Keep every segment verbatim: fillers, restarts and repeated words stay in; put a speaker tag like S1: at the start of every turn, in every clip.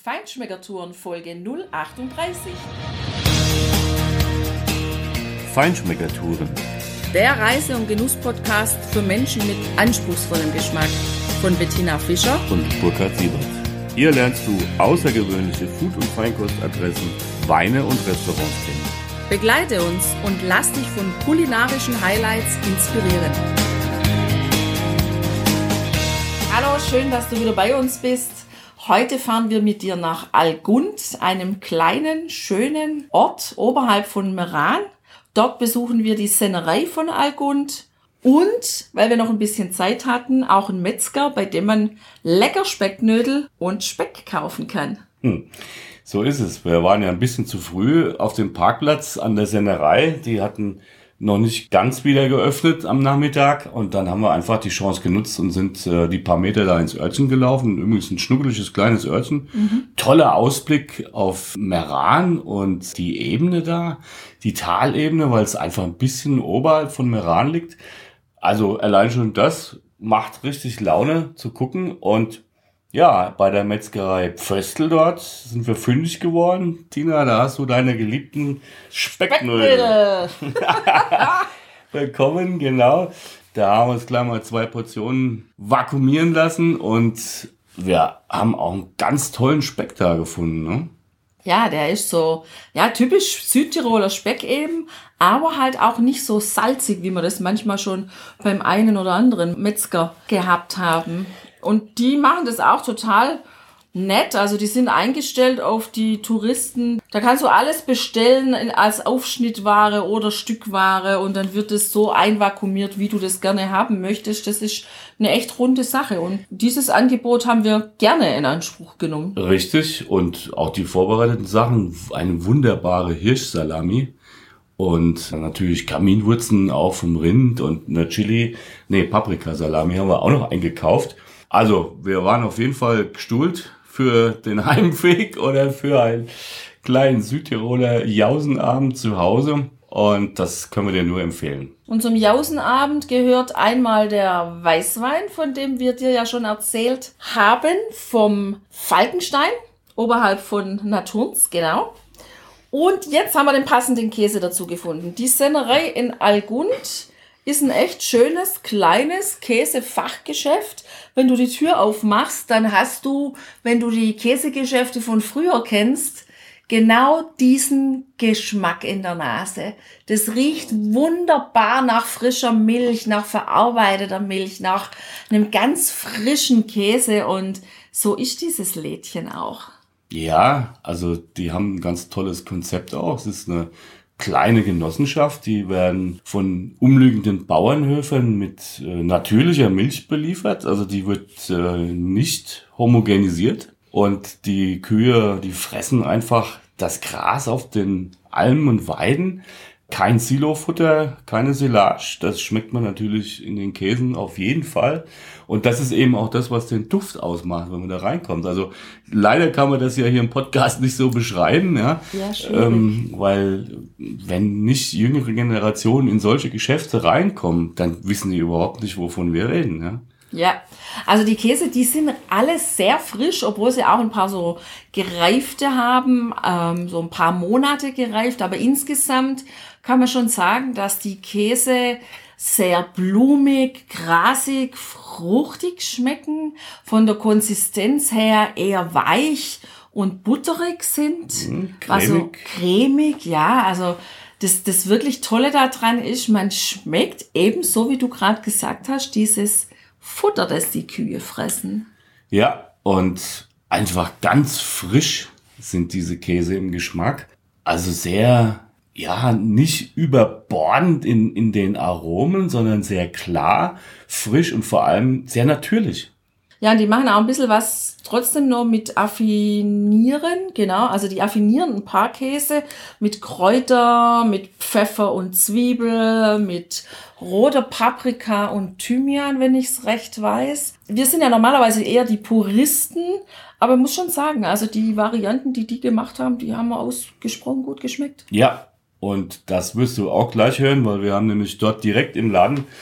S1: Feinschmeckertouren Folge null achtunddreißig.
S2: Feinschmeckertouren.
S1: Der Reise- und Genuss-Podcast für Menschen mit anspruchsvollem Geschmack von Bettina Fischer
S2: und Burkhard Siebert. Hier lernst du außergewöhnliche Food- und Feinkostadressen, Weine und Restaurants kennen.
S1: Begleite uns und lass dich von kulinarischen Highlights inspirieren. Hallo, schön, dass du wieder bei uns bist. Heute fahren wir mit dir nach Algund, einem kleinen, schönen Ort oberhalb von Meran. Dort besuchen wir die Sennerei von Algund und, weil wir noch ein bisschen Zeit hatten, auch einen Metzger, bei dem man lecker Specknödel und Speck kaufen kann.
S2: Hm. So ist es. Wir waren ja ein bisschen zu früh auf dem Parkplatz an der Sennerei. Die hatten noch nicht ganz wieder geöffnet am Nachmittag. Und dann haben wir einfach die Chance genutzt und sind äh, die paar Meter da ins Örtchen gelaufen. Übrigens ein schnuckeliges kleines Örtchen. Mhm. Toller Ausblick auf Meran und die Ebene da, die Talebene, weil es einfach ein bisschen oberhalb von Meran liegt. Also allein schon das macht richtig Laune zu gucken. Und ja, bei der Metzgerei Pföstl dort sind wir fündig geworden. Tina, da hast du deine geliebten Specknödel. Willkommen, genau. Da haben wir uns gleich mal zwei Portionen vakuumieren lassen und wir haben auch einen ganz tollen Speck da gefunden, ne?
S1: Ja, der ist so, ja, typisch Südtiroler Speck eben, aber halt auch nicht so salzig, wie wir das manchmal schon beim einen oder anderen Metzger gehabt haben. Und die machen das auch total nett. Also die sind eingestellt auf die Touristen. Da kannst du alles bestellen als Aufschnittware oder Stückware und dann wird es so einvakuumiert, wie du das gerne haben möchtest. Das ist eine echt runde Sache und dieses Angebot haben wir gerne in Anspruch genommen.
S2: Richtig, und auch die vorbereiteten Sachen, eine wunderbare Hirschsalami. Und natürlich Kaminwurzen auch vom Rind und eine Chili, nee, Paprikasalami haben wir auch noch eingekauft. Also, wir waren auf jeden Fall gestuhlt für den Heimweg oder für einen kleinen Südtiroler Jausenabend zu Hause. Und das können wir dir nur empfehlen.
S1: Und zum Jausenabend gehört einmal der Weißwein, von dem wir dir ja schon erzählt haben, vom Falkenstein, oberhalb von Naturns, genau. Und jetzt haben wir den passenden Käse dazu gefunden. Die Sennerei in Algund ist ein echt schönes, kleines Käsefachgeschäft. Wenn du die Tür aufmachst, dann hast du, wenn du die Käsegeschäfte von früher kennst, genau diesen Geschmack in der Nase. Das riecht wunderbar nach frischer Milch, nach verarbeiteter Milch, nach einem ganz frischen Käse und so ist dieses Lädchen auch.
S2: Ja, also die haben ein ganz tolles Konzept auch. Es ist eine kleine Genossenschaft, die werden von umliegenden Bauernhöfen mit äh, natürlicher Milch beliefert. Also die wird äh, nicht homogenisiert und die Kühe, die fressen einfach das Gras auf den Almen und Weiden. Kein Silofutter, keine Silage. Das schmeckt man natürlich in den Käsen auf jeden Fall. Und das ist eben auch das, was den Duft ausmacht, wenn man da reinkommt. Also leider kann man das ja hier im Podcast nicht so beschreiben, ja,
S1: ja
S2: ähm, weil wenn nicht jüngere Generationen in solche Geschäfte reinkommen, dann wissen die überhaupt nicht, wovon wir reden, ja.
S1: Ja, also die Käse, die sind alle sehr frisch, obwohl sie auch ein paar so gereifte haben, ähm, so ein paar Monate gereift. Aber insgesamt kann man schon sagen, dass die Käse sehr blumig, grasig, fruchtig schmecken, von der Konsistenz her eher weich und butterig sind.
S2: Mm, cremig.
S1: Also cremig, ja, also das, das wirklich Tolle daran ist, man schmeckt ebenso, wie du gerade gesagt hast, dieses Futter, das die Kühe fressen.
S2: Ja, und einfach ganz frisch sind diese Käse im Geschmack. Also sehr, ja, nicht überbordend in, in den Aromen, sondern sehr klar, frisch und vor allem sehr natürlich.
S1: Ja, und die machen auch ein bisschen was trotzdem noch mit Affinieren, genau, also die affinieren ein paar Käse mit Kräuter, mit Pfeffer und Zwiebel, mit roter Paprika und Thymian, wenn ich es recht weiß. Wir sind ja normalerweise eher die Puristen, aber ich muss schon sagen, also die Varianten, die die gemacht haben, die haben mir ausgesprochen gut geschmeckt.
S2: Ja, und das wirst du auch gleich hören, weil wir haben nämlich dort direkt im Laden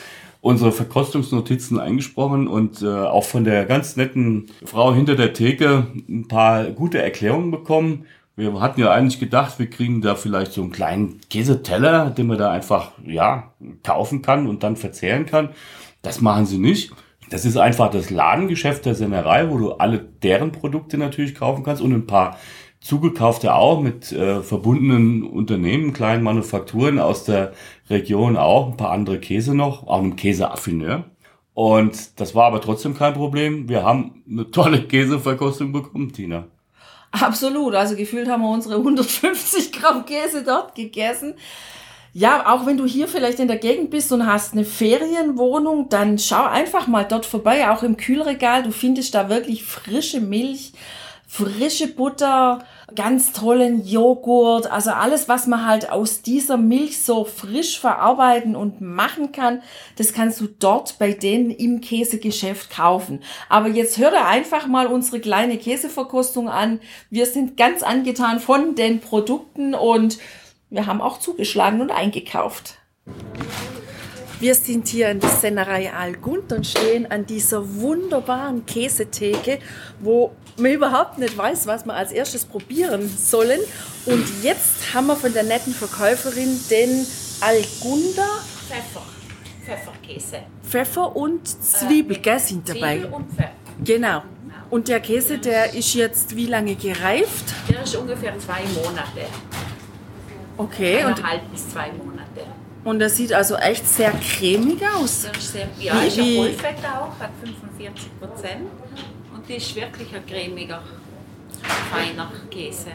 S2: unsere Verkostungsnotizen eingesprochen und äh, auch von der ganz netten Frau hinter der Theke ein paar gute Erklärungen bekommen. Wir hatten ja eigentlich gedacht, wir kriegen da vielleicht so einen kleinen Käseteller, den man da einfach ja kaufen kann und dann verzehren kann. Das machen sie nicht. Das ist einfach das Ladengeschäft der Sennerei, wo du alle deren Produkte natürlich kaufen kannst und ein paar zugekaufte auch mit äh, verbundenen Unternehmen, kleinen Manufakturen aus der Region auch, ein paar andere Käse noch, auch einem Käseaffineur. Und das war aber trotzdem kein Problem. Wir haben eine tolle Käseverkostung bekommen, Tina.
S1: Absolut, also gefühlt haben wir unsere hundertfünfzig Gramm Käse dort gegessen. Ja, auch wenn du hier vielleicht in der Gegend bist und hast eine Ferienwohnung, dann schau einfach mal dort vorbei, auch im Kühlregal. Du findest da wirklich frische Milch, frische Butter, ganz tollen Joghurt, also alles, was man halt aus dieser Milch so frisch verarbeiten und machen kann, das kannst du dort bei denen im Käsegeschäft kaufen. Aber jetzt hör da einfach mal unsere kleine Käseverkostung an. Wir sind ganz angetan von den Produkten und wir haben auch zugeschlagen und eingekauft. Wir sind hier in der Sennerei Allgund und stehen an dieser wunderbaren Käsetheke, wo man überhaupt nicht weiß, was wir als erstes probieren sollen. Und jetzt haben wir von der netten Verkäuferin den Allgunder
S3: Pfeffer, Pfefferkäse.
S1: Pfeffer und Zwiebel, äh, gell, sind dabei.
S3: Zwiebel und Pfeffer.
S1: Genau. Und der Käse, der ist jetzt wie lange gereift?
S3: Der ist ungefähr zwei Monate.
S1: Okay.
S3: Eineinhalb bis zwei Monate.
S1: Und das sieht also echt sehr cremig aus.
S3: Der ist sehr, ja, ist ein Vollfett auch, hat fünfundvierzig Prozent. Und die ist wirklich ein cremiger, feiner Käse.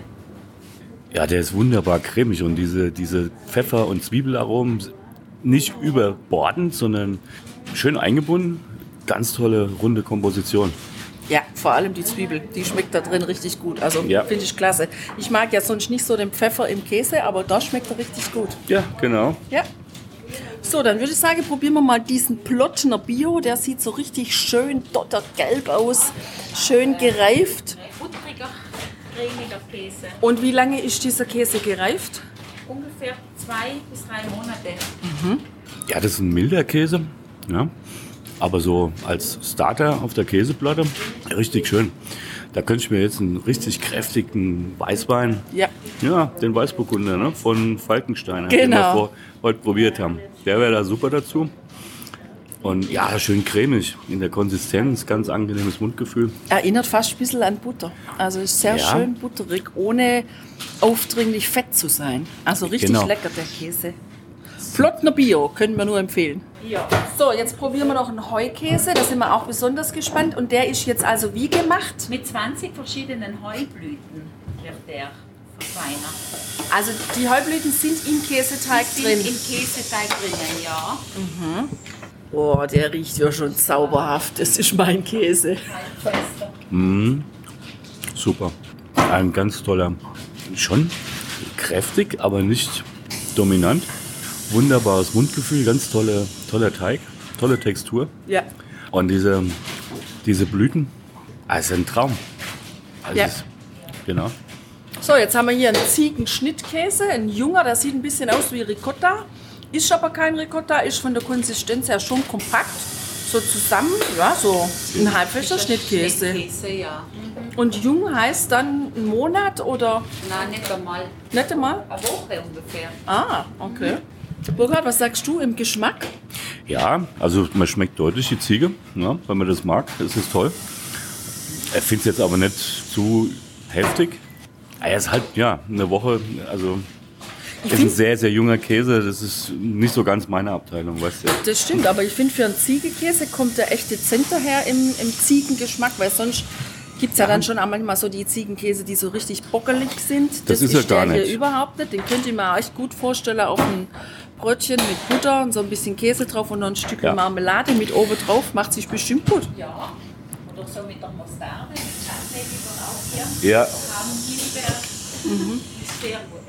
S2: Ja, der ist wunderbar cremig und diese, diese Pfeffer- und Zwiebelaromen nicht überbordend, sondern schön eingebunden. Ganz tolle, runde Komposition.
S1: Ja, vor allem die Zwiebel, die schmeckt da drin richtig gut. Also
S2: ja.
S1: Finde ich klasse. Ich mag ja sonst nicht so den Pfeffer im Käse, aber da schmeckt er richtig gut.
S2: Ja, genau.
S1: Ja. So, dann würde ich sagen, probieren wir mal diesen Plottner Bio. Der sieht so richtig schön dottergelb aus, schön gereift.
S3: Buttriger, cremiger Käse.
S1: Und wie lange ist dieser Käse gereift?
S3: Ungefähr zwei bis drei Monate.
S1: Mhm.
S2: Ja, das ist ein milder Käse. Ja. Aber so als Starter auf der Käseplatte, richtig schön. Da könnte ich mir jetzt einen richtig kräftigen Weißwein,
S1: ja,
S2: ja den Weißburgunder ne, von Falkensteiner,
S1: genau,
S2: den wir vor, heute probiert haben. Der wäre da super dazu. Und ja, schön cremig in der Konsistenz, ganz angenehmes Mundgefühl.
S1: Erinnert fast ein bisschen an Butter. Also ist sehr ja. schön butterig, ohne aufdringlich fett zu sein. Also richtig genau. lecker der Käse. Plottner Bio, können wir nur empfehlen.
S3: Ja.
S1: So, jetzt probieren wir noch einen Heukäse, da sind wir auch besonders gespannt. Und der ist jetzt also wie gemacht?
S3: Mit zwanzig verschiedenen Heublüten wird der verfeinert.
S1: Also die Heublüten sind im Käseteig
S3: die
S1: drin?
S3: Sind im Käseteig drinnen, ja.
S1: Mhm. Boah, der riecht ja schon zauberhaft. Das ist mein Käse.
S2: Mhm. Super. Ein ganz toller, schon kräftig, aber nicht dominant. Wunderbares Mundgefühl, ganz tolle, toller Teig, tolle Textur.
S1: Ja.
S2: Und diese, diese Blüten, also ein Traum. Also
S1: ja.
S2: Ist, genau.
S1: So, jetzt haben wir hier einen Ziegenschnittkäse, ein junger, der sieht ein bisschen aus wie Ricotta. Ist aber kein Ricotta, ist von der Konsistenz her schon kompakt. So zusammen, ja, so ein halbfester Schnittkäse.
S3: Schnittkäse, ja. Mhm.
S1: Und jung heißt dann ein Monat oder?
S3: Nein, nicht einmal.
S1: Nicht einmal?
S3: Eine Woche ungefähr.
S1: Ah, okay. Burkhard, was sagst du im Geschmack?
S2: Ja, also man schmeckt deutlich die Ziege, ja, wenn man das mag, das ist toll. Ich finde es jetzt aber nicht zu heftig. Er ist halt, ja, eine Woche, also
S1: ich
S2: ist ein sehr, sehr junger Käse, das ist nicht so ganz meine Abteilung, weißt du.
S1: Das stimmt, aber ich finde, für einen Ziegenkäse kommt der echt dezent daher im, im Ziegengeschmack, weil sonst gibt es ja, ja dann schon auch manchmal so die Ziegenkäse, die so richtig bockelig sind. Das,
S2: das ist, ist ja gar
S1: der
S2: nicht.
S1: Hier überhaupt nicht. Den könnt ihr mir echt gut vorstellen auf ein Brötchen mit Butter und so ein bisschen Käse drauf und noch ein Stück ja. Marmelade mit oben drauf. Macht sich bestimmt gut.
S3: Ja, oder so mit der Mostarde, mit Chutney, die wir auch hier
S2: ja.
S3: haben. Himbeer, mhm. ist sehr gut.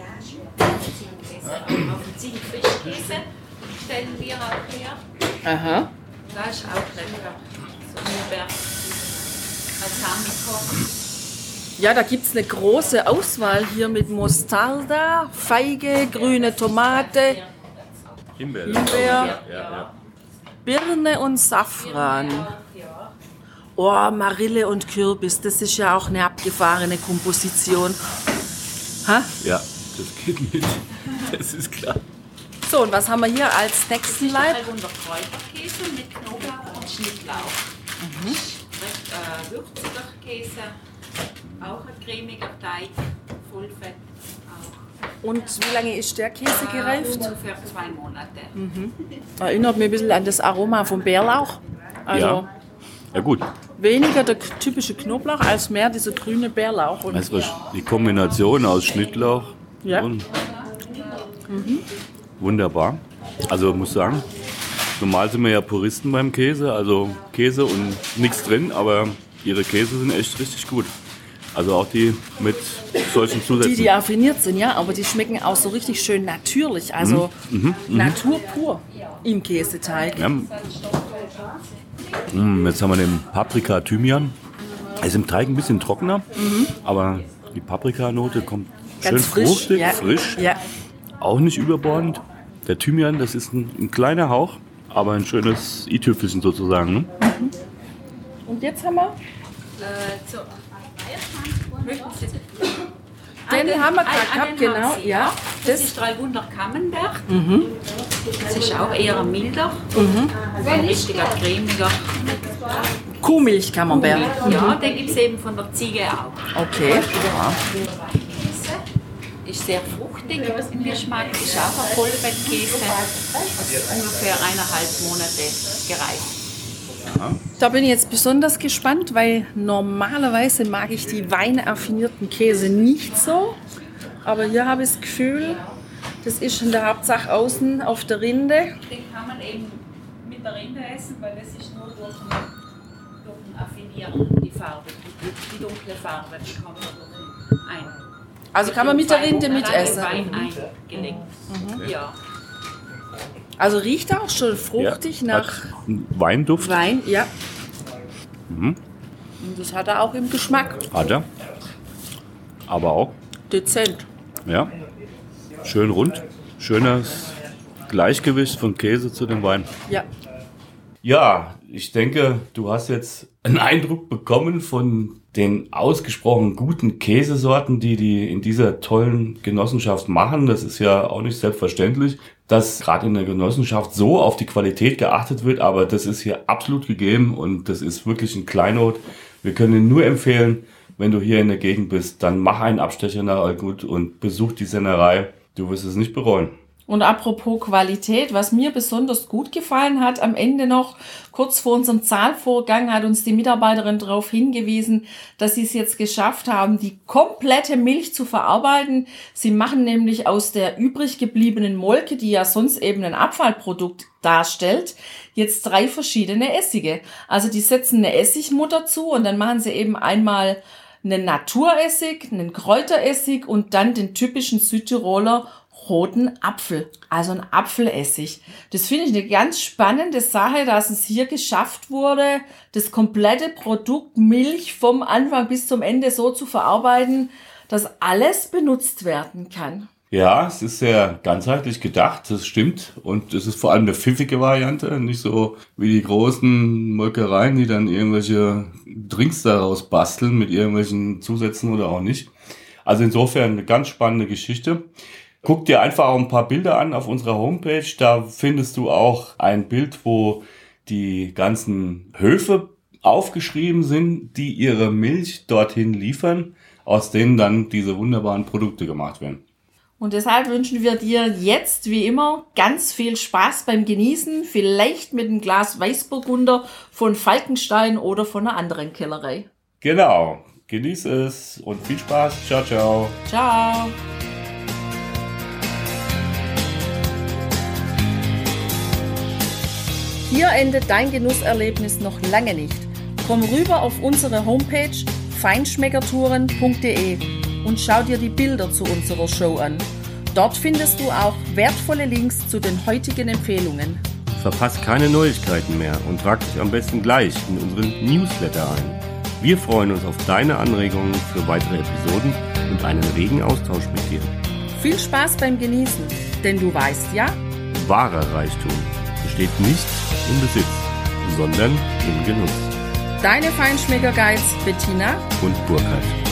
S3: Auf den Ziegenfrischkäse stellen wir auch her.
S1: Aha.
S3: Das ist auch lecker. So Himbeer als Hamikoch.
S1: Ja, da gibt es eine große Auswahl hier mit Mostarda, Feige, grüne Tomate,
S2: Himbeer.
S1: Himbeer.
S2: Ja, ja.
S1: Birne und Safran. Oh, Marille und Kürbis, das ist ja auch eine abgefahrene Komposition. Ha?
S2: Ja, das geht mit. Das ist klar.
S1: So, und was haben wir hier als nächsten Leib?
S3: dreihundert Kräuterkäse mit Knoblauch und Schnittlauch. Mhm. Recht äh, würziger Käse, auch ein cremiger Teig, Vollfett auch.
S1: Und wie lange ist der Käse
S3: Äh,
S1: gereift?
S3: ungefähr zwei Monate.
S1: Mhm. Erinnert mich ein bisschen an das Aroma vom Bärlauch. Also
S2: Ja. Ja gut,
S1: weniger der k- typische Knoblauch als mehr dieser grüne Bärlauch. Und
S2: weißt du was, die Kombination aus Schnittlauch
S1: Ja.
S2: und wunderbar. Also muss sagen, normal sind wir ja Puristen beim Käse, also Käse und nichts drin, aber ihre Käse sind echt richtig gut. Also auch die mit solchen Zusätzen.
S1: die, die affiniert sind, ja, aber die schmecken auch so richtig schön natürlich. Also Natur pur im Käseteig.
S2: Ja. Mm, jetzt haben wir den Paprika Thymian. Er ist im Teig ein bisschen trockener, aber die Paprikanote kommt schön
S1: Ganz frisch.
S2: fruchtig,
S1: ja.
S2: frisch,
S1: Ja.
S2: auch nicht überbordend. Der Thymian, das ist ein, ein kleiner Hauch, aber ein schönes i-Tüpfelchen sozusagen. Ne?
S1: Und jetzt haben wir
S3: Äh, zu Möchten Sie
S1: Den haben wir gerade
S3: Ah,
S1: gehabt,
S3: den
S1: genau,
S3: haben Sie,
S1: ja.
S3: Das,
S1: Das-
S3: ist dreihundert Camembert. Das ist auch eher milder. Ein richtiger cremiger.
S1: Kuhmilch Camembert.
S3: Ja, den gibt es eben von der Ziege auch.
S1: Okay.
S3: Käse ist sehr fruchtig im Geschmack, ist auch ein Vollfettkäse. Ungefähr eineinhalb Monate gereift.
S1: Da bin ich jetzt besonders gespannt, weil normalerweise mag ich die weinaffinierten Käse nicht so. Aber hier habe ich das Gefühl, das ist in der Hauptsache außen auf der Rinde.
S3: Den kann man eben mit der Rinde essen, weil das ist nur durch ein, durch ein Affinieren, die Farbe, die, die dunkle Farbe, die kommt da durch ein.
S1: Also kann man mit der Rinde
S3: Wein-
S1: mitessen.
S3: Wein eingelegt. Ja.
S1: Also riecht auch schon fruchtig
S2: Ja,
S1: nach
S2: hat einen Weinduft,
S1: Wein, ja. Und das hat er auch im Geschmack.
S2: hat er. Aber auch,
S1: Dezent.
S2: ja, schön rund, schönes Gleichgewicht von Käse zu dem Wein.
S1: Ja.
S2: Ja, ich denke, du hast jetzt einen Eindruck bekommen von den ausgesprochen guten Käsesorten, die die in dieser tollen Genossenschaft machen. Das ist ja auch nicht selbstverständlich, dass gerade in der Genossenschaft so auf die Qualität geachtet wird, aber das ist hier absolut gegeben und das ist wirklich ein Kleinod. Wir können Ihnen nur empfehlen, wenn du hier in der Gegend bist, dann mach einen Abstecher nach Altgut und besuch die Sennerei. Du wirst es nicht bereuen.
S1: Und apropos Qualität, was mir besonders gut gefallen hat, am Ende noch, kurz vor unserem Zahlvorgang, hat uns die Mitarbeiterin darauf hingewiesen, dass sie es jetzt geschafft haben, die komplette Milch zu verarbeiten. Sie machen nämlich aus der übrig gebliebenen Molke, die ja sonst eben ein Abfallprodukt darstellt, jetzt drei verschiedene Essige. Also die setzen eine Essigmutter zu und dann machen sie eben einmal einen Naturessig, einen Kräuteressig und dann den typischen Südtiroler roten Apfel, also ein Apfelessig. Das finde ich eine ganz spannende Sache, dass es hier geschafft wurde, das komplette Produkt Milch vom Anfang bis zum Ende so zu verarbeiten, dass alles benutzt werden kann.
S2: Ja, es ist sehr ganzheitlich gedacht, das stimmt. Und es ist vor allem eine pfiffige Variante, nicht so wie die großen Molkereien, die dann irgendwelche Drinks daraus basteln mit irgendwelchen Zusätzen oder auch nicht. Also insofern eine ganz spannende Geschichte. Guck dir einfach auch ein paar Bilder an auf unserer Homepage. Da findest du auch ein Bild, wo die ganzen Höfe aufgeschrieben sind, die ihre Milch dorthin liefern, aus denen dann diese wunderbaren Produkte gemacht werden.
S1: Und deshalb wünschen wir dir jetzt, wie immer, ganz viel Spaß beim Genießen, vielleicht mit einem Glas Weißburgunder von Falkenstein oder von einer anderen Kellerei.
S2: Genau, genieß es und viel Spaß. Ciao, ciao.
S1: Ciao! Hier endet dein Genusserlebnis noch lange nicht. Komm rüber auf unsere Homepage feinschmeckertouren punkt de und schau dir die Bilder zu unserer Show an. Dort findest du auch wertvolle Links zu den heutigen Empfehlungen.
S4: Verpasst keine Neuigkeiten mehr und trag dich am besten gleich in unseren Newsletter ein. Wir freuen uns auf deine Anregungen für weitere Episoden und einen regen Austausch mit dir.
S1: Viel Spaß beim Genießen, denn du weißt ja,
S4: Wahrer Reichtum besteht nicht im Besitz, sondern im Genuss.
S1: Deine Feinschmecker-Guides Bettina
S4: und Burkhard.